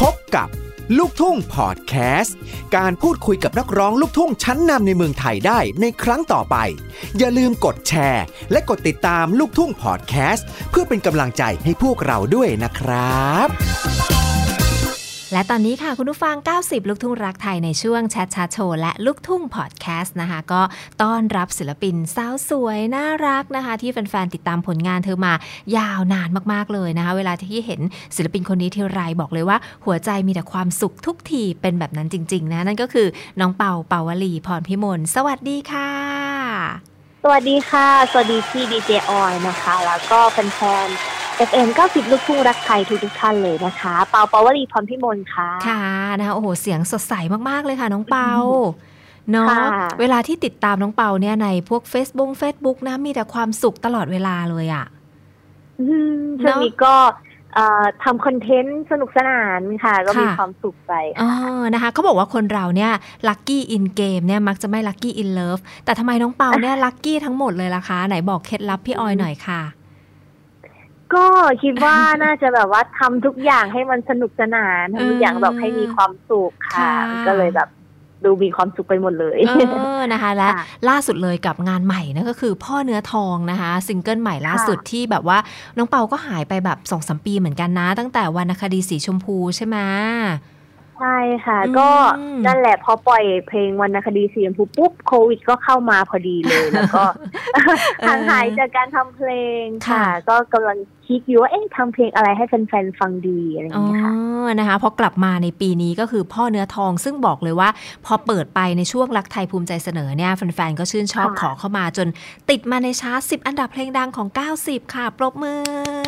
บกับลูกทุ่งพอดแคสต์การพูดคุยกับนักร้องลูกทุ่งชั้นนำในเมืองไทยได้ในครั้งต่อไปอย่าลืมกดแชร์และกดติดตามลูกทุ่งพอดแคสต์เพื่อเป็นกำลังใจให้พวกเราด้วยนะครับและตอนนี้ค่ะคุณผู้ฟัง90ลูกทุ่งรักไทยในช่วงแชทชาโชว์และลูกทุ่งพอดแคสต์นะคะก็ต้อนรับศิลปินสาวสวยน่ารักนะคะที่แฟนๆติดตามผลงานเธอมายาวนานมากๆเลยนะคะเวลาที่เห็นศิลปินคนนี้ทีไรบอกเลยว่าหัวใจมีแต่ความสุขทุกทีเป็นแบบนั้นจริงๆนะนั่นก็คือน้องเปาเปาวลีพรพิมลสวัสดีค่ะสวัสดีค่ะสวัสดีพี่ดีเจออยนะคะแล้วก็แฟนFM 90ลูกทุ่งรักไทยทุกท่านเลยนะคะเปาเปาวลีพรพิมลค่ะค่ะนะคะโอ้โหเสียงสดใสมากๆเลยค่ะน้องเปาเนาะเวลาที่ติดตามน้องเปาเนี่ยในพวก Facebook นะมีแต่ความสุขตลอดเวลาเลยอ่ะช่วงนี้ก็ทำคอนเทนต์สนุกสนานค่ะก็มีความสุขไปนะคะเขาบอกว่าคนเราเนี่ยลัคกี้อินเกมเนี่ยมักจะไม่ลัคกี้อินเลิฟแต่ทำไมน้องเปาเนี่ยลัคกี้ทั้งหมดเลยล่ะคะไหนบอกเคล็ดลับพี่ออยหน่อยค่ะก็คิดว่าน่าจะแบบว่าทำทุกอย่างให้มันสนุกสนานทำทุกอย่างแบบให้มีความสุขค่ะก็เลยแบบดูมีความสุขไปหมดเลยนะคะและล่าสุดเลยกับงานใหม่นั่นก็คือพ่อเนื้อทองนะคะซิงเกิลใหม่ล่าสุดที่แบบว่าน้องเปาก็หายไปแบบ 2-3 ปีเหมือนกันนะตั้งแต่วรรณคดีสีชมพูใช่ไหมใช่ค่ะก็นั่นแหละพอปล่อยเพลงวรรณคดีสีชมพูปุ๊บโควิดก็เข้ามาพอดีเลยแล้วก็ห่างหายจากการทำเพลงค่ะก็กำลังคิดอยู่ว่าทำเพลงอะไรให้แฟนๆฟังดีอะไรอย่างเงี้ยค่ะนะคะพอกลับมาในปีนี้ก็คือพ่อเนื้อทองซึ่งบอกเลยว่าพอเปิดไปในช่วงรักไทยภูมิใจเสนอเนี่ยแฟนๆก็ชื่นชอบขอเข้ามาจนติดมาในชาร์ต10อันดับเพลงดังของ90ค่ะปรบมือ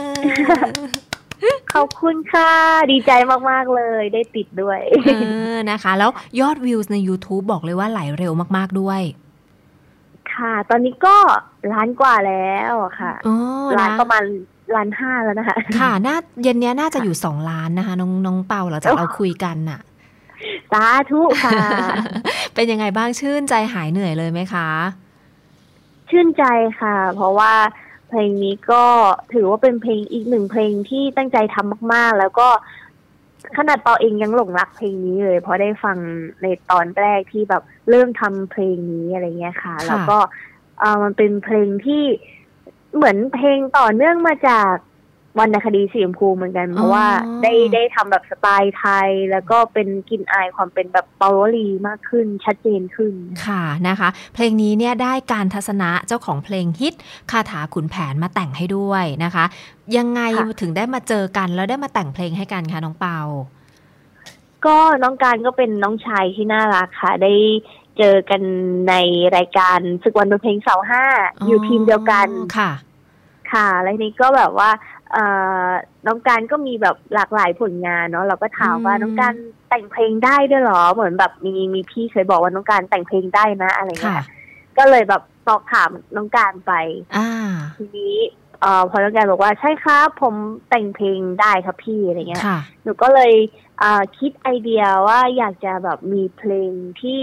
ขอบคุณค่ะดีใจมากๆเลยได้ติดด้วยนะคะแล้วยอดวิวใน YouTube บอกเลยว่าไหลเร็วมากๆด้วยค่ะตอนนี้ก็ล้านกว่าแล้วค่ะล้านประมาณ1.5 แล้วนะคะค่ะเย็นนี้น่าจะอยู่2ล้านนะคะน้องเปาหลังจากเราคุยกันน่ะสาธุค่ะเป็นยังไงบ้างชื่นใจหายเหนื่อยเลยไหมคะชื่นใจค่ะเพราะว่าเพลงนี้ก็ถือว่าเป็นเพลงอีกหนึ่งเพลงที่ตั้งใจทำมากๆแล้วก็ขนาดเปาเองยังหลงรักเพลงนี้เลยเพราะได้ฟังในตอนแรกที่แบบเริ่มทำเพลงนี้อะไรเงี้ยค่ะแล้วก็มันเป็นเพลงที่เหมือนเพลงต่อเนื่องมาจากวรรณคดีสีชมพูเหมือนกันเพราะว่าได้ทำแบบสไตล์ไทยแล้วก็เป็นกลิ่นอายความเป็นแบบเปาวลีมากขึ้นชัดเจนขึ้นค่ะนะคะเพลงนี้เนี่ยได้การทัศนะเจ้าของเพลงฮิตคาถาขุนแผนมาแต่งให้ด้วยนะคะยังไงถึงได้มาเจอกันแล้วได้มาแต่งเพลงให้กันคะน้องเปาก็น้องการก็เป็นน้องชายที่น่ารักค่ะได้เจอกันในรายการศึกวันดนตรีเพลงเสา5อยู่ทีมเดียวกันค่ะแล้วนี้ก็แบบว่าน้องการก็มีแบบหลากหลายผลงานเนาะเราก็ถามว่าน้องการแต่งเพลงได้ด้วยเหรอเหมือนแบบมีพี่เคยบอกว่าน้องการแต่งเพลงได้นะอะไรเงี้ยก็เลยแบบสอบถามน้องการไปทีนี้พอน้องการบอกว่าใช่ครับผมแต่งเพลงได้ครับพี่อะไรเงี้ยหนูก็เลยคิดไอเดียว่าอยากจะแบบมีเพลงที่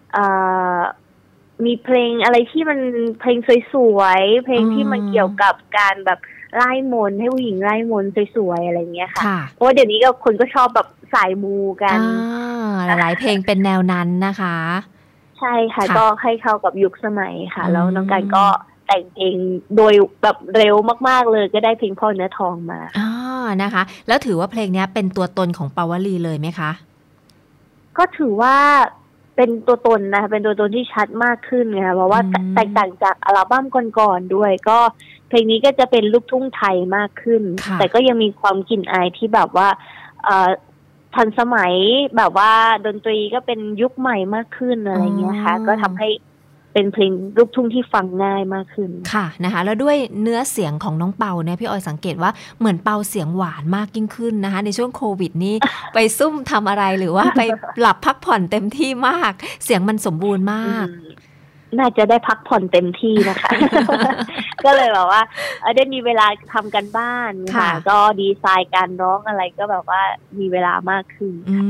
มีเพลงอะไรที่มันเพลงสวยๆเพลงที่มันเกี่ยวกับการแบบไล่มนต์ให้ผู้หญิงไล่มนต์สวยๆอะไรเงี้ยค่ะเพราะว่าเดี๋ยวนี้ก็คนก็ชอบแบบสายมูกันหลายเพลงเป็นแนวนั้นนะคะใช่ค่ะก็ให้เข้ากับยุคสมัยค่ะแล้วน้องกันก็แต่งเพลงโดยแบบเร็วมากๆเลยก็ได้เพลงพ่อเนื้อทองมานะคะแล้วถือว่าเพลงนี้เป็นตัวตนของเปาวลีเลยไหมคะก็ถือว่าเป็นตัวตนนะคะเป็นตัวตนที่ชัดมากขึ้นนะคะเพราะว่าแตกต่างจากอัลบั้มก่อนๆด้วยก็เพลงนี้ก็จะเป็นลูกทุ่งไทยมากขึ้นแต่ก็ยังมีความกลิ่นอายที่แบบว่าทันสมัยแบบว่าดนตรีก็เป็นยุคใหม่มากขึ้นอะไรเงี้ยค่ะก็ทำให้เป็นเพลงลูกทุ่งที่ฟังง่ายมากขึ้นค่ะนะคะแล้วด้วยเนื้อเสียงของน้องเปาเนี่ยพี่ออยสังเกตว่าเหมือนเปาเสียงหวานมากยิ่งขึ้นนะคะในช่วงโควิดนี่ ไปซุ่มทำอะไรหรือว่าไปหลับพักผ่อนเต็มที่มากเสียงมันสมบูรณ์มากน่าจะได้พักผ่อนเต็มที่นะคะ ก็เลยแบบว่าได้มีเวลาทำกันบ้านค่ะก็ดีไซน์การร้องอะไรก็แบบว่ามีเวลามากขึ้น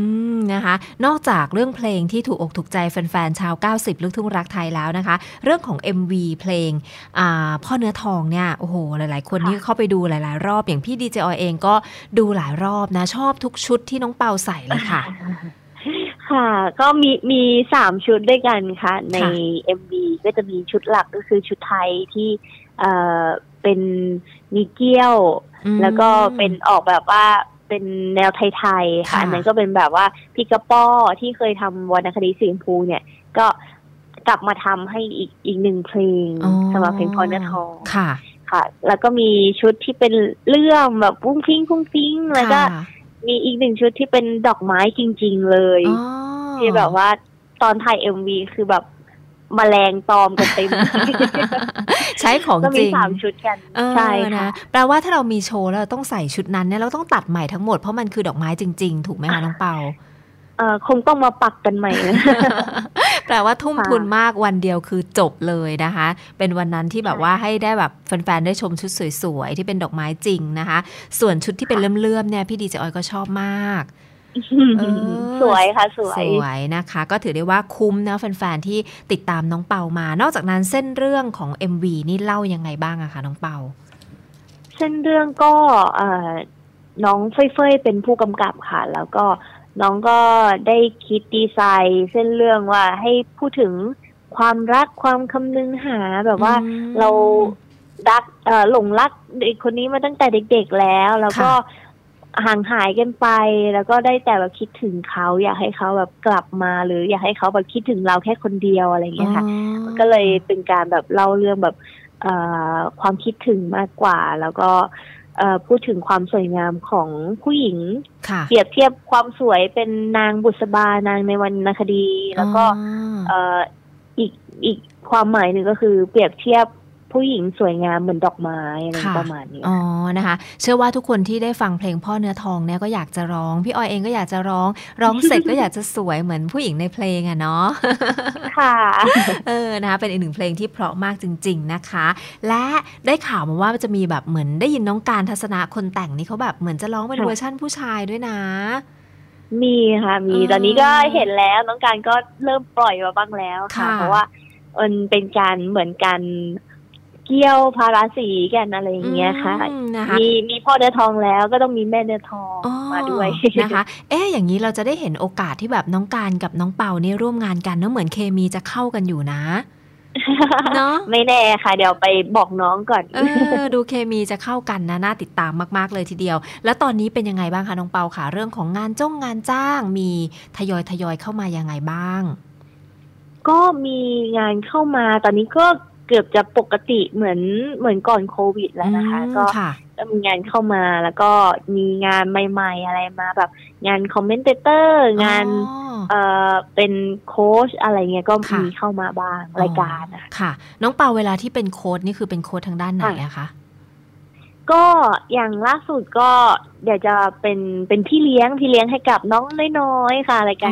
นะคะนอกจากเรื่องเพลงที่ถูกอกถูกใจแฟนๆชาว90ลูกทุ่งรักไทยแล้วนะคะเรื่องของ MV เพลงพ่อเนื้อทองเนี่ยโอ้โหหลายๆคนนี่เข้าไปดูหลายๆรอบอย่างพี่ดีเจออยเองก็ดูหลายรอบนะชอบทุกชุดที่น้องเปาใส่เลยค่ะค่ะก็มี3ชุดด้วยกันค่ะใน MV ก็จะมีชุดหลักก็คือชุดไทยที่เป็นมีเกี้ยวแล้วก็เป็นออกแบบว่าเป็นแนวไทยๆค่ะอันนั้นก็เป็นแบบว่าพี่กระป้อที่เคยทำวรรณคดีสีชมพูเนี่ยก็กลับมาทำให้อีกหนึ่งเพลงสำหรับเพลงพ่อเนื้อทองค่ะค่ะแล้วก็มีชุดที่เป็นเรื่องแบบปุ้งฟิ้งแล้วก็มีอีกหนึ่งชุดที่เป็นดอกไม้จริงๆเลยที่แบบว่าตอนถ่าย MV คือแบบแมลงตอมกันเต็มใช้ของจริงก็มี 3ชุดกันใช่ค่ะแปลว่าถ้าเรามีโชว์แล้วเราต้องใส่ชุดนั้นเนี่ยเราต้องตัดใหม่ทั้งหมดเพราะมันคือดอกไม้จริงๆถูกไหมคะน้องเปาคงต้องมาปักกันใหม่แปลว่าทุ่มทุนมากวันเดียวคือจบเลยนะคะเป็นวันนั้นที่แบบว่าให้ได้แบบแฟนๆได้ชมชุดสวยๆที่เป็นดอกไม้จริงนะคะส่วนชุดที่เป็นเลื่อมๆเนี่ยพี่ดีเจออยก็ชอบมากสวยค่ะสวยนะคะก็ถือได้ว่าคุ้มนะแฟนๆที่ติดตามน้องเปามานอกจากนั้นเส้นเรื่องของ MV นี่เล่ายังไงบ้างอะคะน้องเปาเส้นเรื่องก็น้องเฟยเป็นผู้กำกับค่ะแล้วก็น้องก็ได้คิดดีไซน์เส้นเรื่องว่าให้พูดถึงความรักความคำนึงหาแบบว่าเรารักหลงรักเด็กคนนี้มาตั้งแต่เด็กๆแล้วก็ห่างหายกันไปแล้วก็ได้แต่แบบคิดถึงเขาอยากให้เขาแบบกลับมาหรืออยากให้เขาแบบคิดถึงเราแค่คนเดียวอะไรอย่างเงี้ยค่ะมันก็เลยเป็นการแบบเล่าเรื่องแบบความคิดถึงมากกว่าแล้วก็พูดถึงความสวยงามของผู้หญิงเปรียบเทียบความสวยเป็นนางบุษบานางในวรรณคดีแล้วก็อีกความหมายหนึ่งก็คือเปรียบเทียบผู้หญิงสวยงามเหมือนดอกไม้อะไรประมาณนี้นะคะเชื่อว่าทุกคนที่ได้ฟังเพลงพ่อเนื้อทองเนี่ยก็อยากจะร้องพี่ออยเองก็อยากจะร้องเสร็จก็อยากจะสวยเหมือนผู้หญิงในเพลงอะเนาะค่ะนะคะเป็นอีกหนึ่งเพลงที่เพราะมากจริงๆนะคะและได้ข่าวมาว่าจะมีแบบเหมือนได้ยินน้องการทัศนะคนแต่งนี่เขาแบบเหมือนจะร้องเป็นเวอร์ชั่นผู้ชายด้วยนะมีค่ะมีตอนนี้ก็เห็นแล้วน้องการก็เริ่มปล่อยมาบ้างแล้วค่ะเพราะว่ามันเป็นการเหมือนกันเกี่ยวภาราสีกันอะไรอย่างเงี้ยค่ะมีพ่อเนื้อทองแล้วก็ต้องมีแม่เนื้อทองมาด้วยนะคะอย่างนี้เราจะได้เห็นโอกาสที่แบบน้องการกับน้องเปานี่ร่วมงานกันเนาะเหมือนเคมีจะเข้ากันอยู่นะเนาะไม่แน่ค่ะเดี๋ยวไปบอกน้องก่อนดูเคมีจะเข้ากันนะน่าติดตามมากๆเลยทีเดียวแล้วตอนนี้เป็นยังไงบ้างคะน้องเปาค่ะเรื่องของงานจ้างมีทยอยเข้ามายังไงบ้างก็มีงานเข้ามาตอนนี้ก็เกือบจะปกติเหมือนก่อนโควิดแล้วนะคะก็มีงานเข้ามาแล้วก็มีงานใหม่ๆอะไรมาแบบงานคอมเมนเตอร์งานเป็นโค้ชอะไรเงี้ยก็มีเข้ามาบ้างรายการค่ะน้องเปาเวลาที่เป็นโค้ชนี่คือเป็นโค้ชทางด้านไหนอะคะก็อย่างล่าสุดก็เดี๋ยวจะเป็นพี่เลี้ยงให้กับน้องน้อยๆค่ะรายการ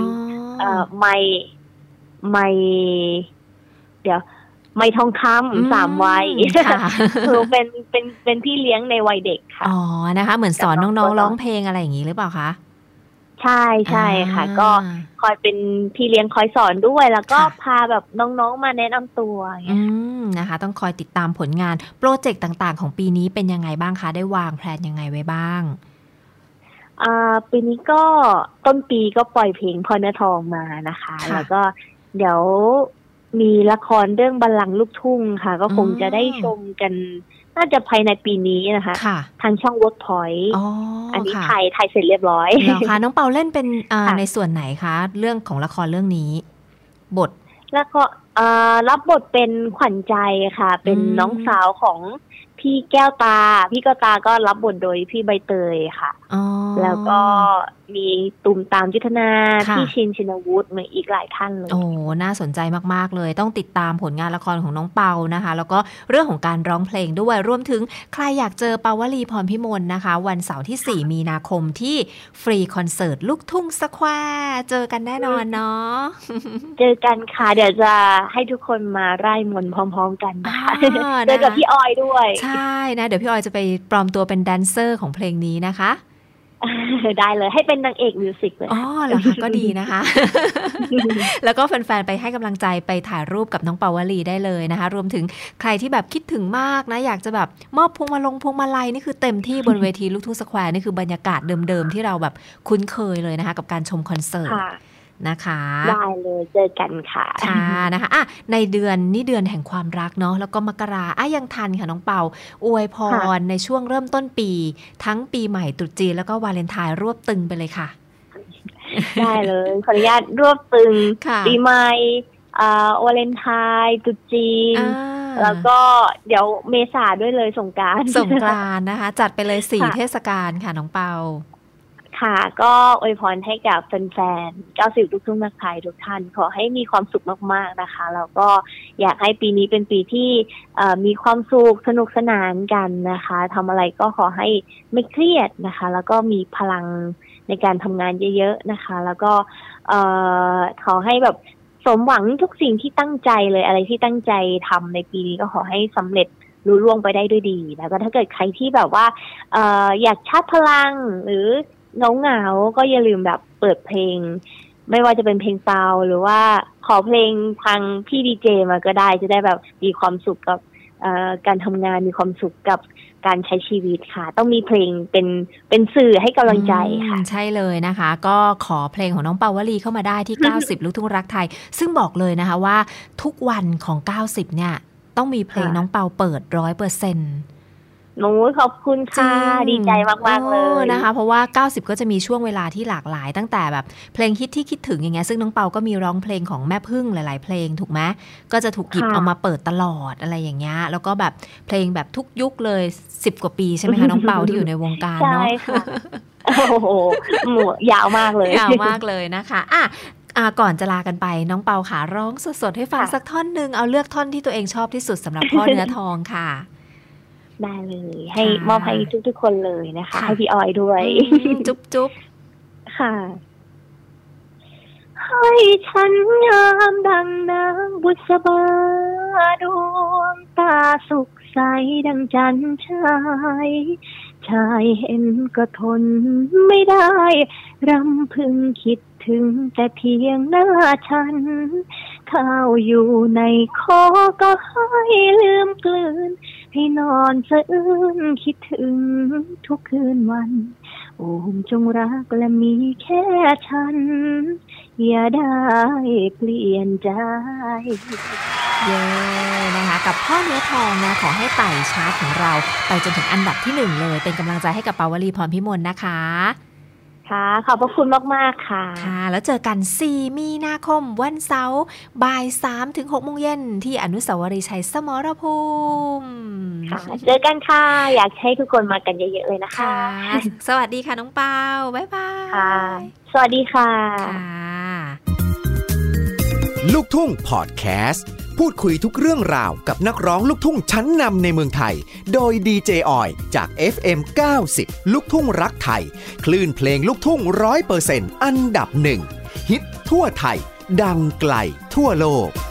ไม่เดี๋ยวไม่ทองคำ3 วัยคือเป็นพี่เลี้ยงในวัยเด็กค่ะนะคะเหมือนสอนน้องๆร้องเพลงอะไรอย่างนี้หรือเปล่าคะใช่ค่ะก็คอยเป็นพี่เลี้ยงคอยสอนด้วยแล้วก็พาแบบน้องๆมาแนะนำตัวนะคะต้องคอยติดตามผลงานโปรเจกต์ต่างๆของปีนี้เป็นยังไงบ้างคะได้วางแผนยังไงไว้บ้างปีนี้ก็ต้นปีก็ปล่อยเพลงพ่อเนื้อทองมานะคะแล้วก็เดี๋ยวมีละครเรื่องบัลลังก์ลูกทุ่งค่ะก็คงจะได้ชมกันน่าจะภายในปีนี้นะคะทางช่อง Workpoint อันนี้ถ่ายเสร็จเรียบร้อยนะคะน้องเปาเล่นเป็นในส่วนไหนคะเรื่องของละครเรื่องนี้บทแล้วก็รับบทเป็นขวัญใจค่ะเป็นน้องสาวของพี่แก้วตาพี่แก้วตาก็รับบทโดยพี่ใบเตยค่ะแล้วก็มีตูมตามยุทธนาพี่ชินวุฒิมาอีกหลายท่านเลยโอ้น่าสนใจมากๆเลยต้องติดตามผลงานละครของน้องเปานะคะแล้วก็เรื่องของการร้องเพลงด้วยรวมถึงใครอยากเจอปาวลีพรพิมลนะคะวันเสาร์ที่4 มีนาคมที่ฟรีคอนเสิร์ตลูกทุ่งสแควร์เจอกันแน่นอนเนาะเจอกันค่ะเดี๋ยวจะให้ทุกคนมาไล่มนต์พร้อมๆกันนะคะเจอกับพี่ออยด้วยใช่นะเดี๋ยวพี่ออยจะไปปลอมตัวเป็นแดนเซอร์ของเพลงนี้นะคะได้เลยให้เป็นนางเอกมิวสิกเลยอ๋อเหรอคะก็ดีนะคะ แล้วก็แฟนๆไปให้กำลังใจไปถ่ายรูปกับน้องปาวลีได้เลยนะคะรวมถึงใครที่แบบคิดถึงมากนะอยากจะแบบมอบพวงมาลัยนี่คือเต็มที่บนเวทีลูกทุ่งสแควร์นี่คือบรรยากาศเดิมๆที่เราแบบคุ้นเคยเลยนะคะกับการชมคอนเสิร์ตนะคะได้เลยเจอกันค่ะค่ะนะคะในเดือนนี้เดือนแห่งความรักเนาะแล้วก็มกรายังทันค่ะน้องเปาอวยพรในช่วงเริ่มต้นปีทั้งปีใหม่ตรุษจีนแล้วก็วาเลนไทน์รวบตึงไปเลยค่ะได้เลยขออนุญาตรวบตึงปีใหม่วาเลนไทน์ตรุษจีนแล้วก็เดี๋ยวเมษาด้วยเลยสงกรานต์นะคะจัดไปเลย4เทศกาลค่ะน้องเปาค่ะก็อวยพรให้กับแฟนๆ90ลูกทุ่งนักไทยทุกท่านขอให้มีความสุขมากๆนะคะแล้วก็อยากให้ปีนี้เป็นปีที่มีความสุขสนุกสนานกันนะคะทำอะไรก็ขอให้ไม่เครียดนะคะแล้วก็มีพลังในการทำงานเยอะๆนะคะแล้วก็ขอให้แบบสมหวังทุกสิ่งที่ตั้งใจเลยอะไรที่ตั้งใจทำในปีนี้ก็ขอให้สำเร็จลุล่วงไปได้ด้วยดีแล้วก็ถ้าเกิดใครที่แบบว่าอยากชาร์จพลังหรือเหงาก็อย่าลืมแบบเปิดเพลงไม่ว่าจะเป็นเพลงเปล่าหรือว่าขอเพลงทางพี่ดีเจมาก็ได้จะได้แบบมีความสุขกับการทำงานมีความสุขกับการใช้ชีวิตค่ะต้องมีเพลงเป็นสื่อให้กำลังใจค่ะใช่เลยนะคะก็ขอเพลงของน้องปาวลีเข้ามาได้ที่90ลูกทุ่งรักไทยซึ่งบอกเลยนะคะว่าทุกวันของ90เนี่ยต้องมีเพลงน้องเปาเปิด 100% หนูขอบคุณค่ะดีใจมากๆเลยนะคะเพราะว่า90ก็จะมีช่วงเวลาที่หลากหลายตั้งแต่แบบเพลงฮิตที่คิดถึงอย่างเงี้ยซึ่งน้องเปาก็มีร้องเพลงของแม่พึ่งหลายๆเพลงถูกไหมก็จะถูกหยิบเอามาเปิดตลอดอะไรอย่างเงี้ยแล้วก็แบบเพลงแบบทุกยุคเลย10กว่าปีใช่ไหมคะน้องเปาที่อยู่ในวงการเนาะใช่ค่ะโอ้โหยาวมากเลยยาวมากเลยนะคะก่อนจะลากันไปน้องเปาค่ะร้องสดๆให้ฟังสักท่อนนึงเอาเลือกท่อนที่ตัวเองชอบที่สุดสำหรับพ่อเนื้อทองค่ะได้เลยให้มอบให้ทุกๆคนเลยนะคะให้พี่ออยด้วยจุ๊บค่ะให้ฉันงามดังนางบุษบาดวงตาสุขใสดังจันทร์ฉายชายเห็นก็ทนไม่ได้รำพึงคิดถึงแต่เพียงหน้าฉันข้าวอยู่ในคอก็ให้ลืมกลืนให้นอนสะอื้นคิดถึงทุกคืนวันโอ้จงรักและมีแค่ฉันอย่าได้เปลี่ยนใจเย้นะคะกับพ่อเนื้อทองนะขอให้ไต่ชาร์ตของเราไปจนถึงอันดับที่1เลยเป็นกำลังใจให้กับปาวลีพรพิมลนะคะค่ะขอบพระคุณมากๆค่ะค่ะแล้วเจอกัน4มีนาคมวันเสาร์บ่าย 3 ถึง 6 โมงเย็นที่อนุสาวรีย์ชัยสมรภูมิค่ะเจอกันค่ะอยากให้ทุกคนมากันเยอะๆเลยนะคะสวัสดีค่ะน้องเปาบ๊ายบายค่ะสวัสดีค่ะลูกทุ่งพอดแคสต์พูดคุยทุกเรื่องราวกับนักร้องลูกทุ่งชั้นนำในเมืองไทยโดยดีเจออยจาก FM 90ลูกทุ่งรักไทยคลื่นเพลงลูกทุ่ง 100% อันดับ1ฮิตทั่วไทยดังไกลทั่วโลก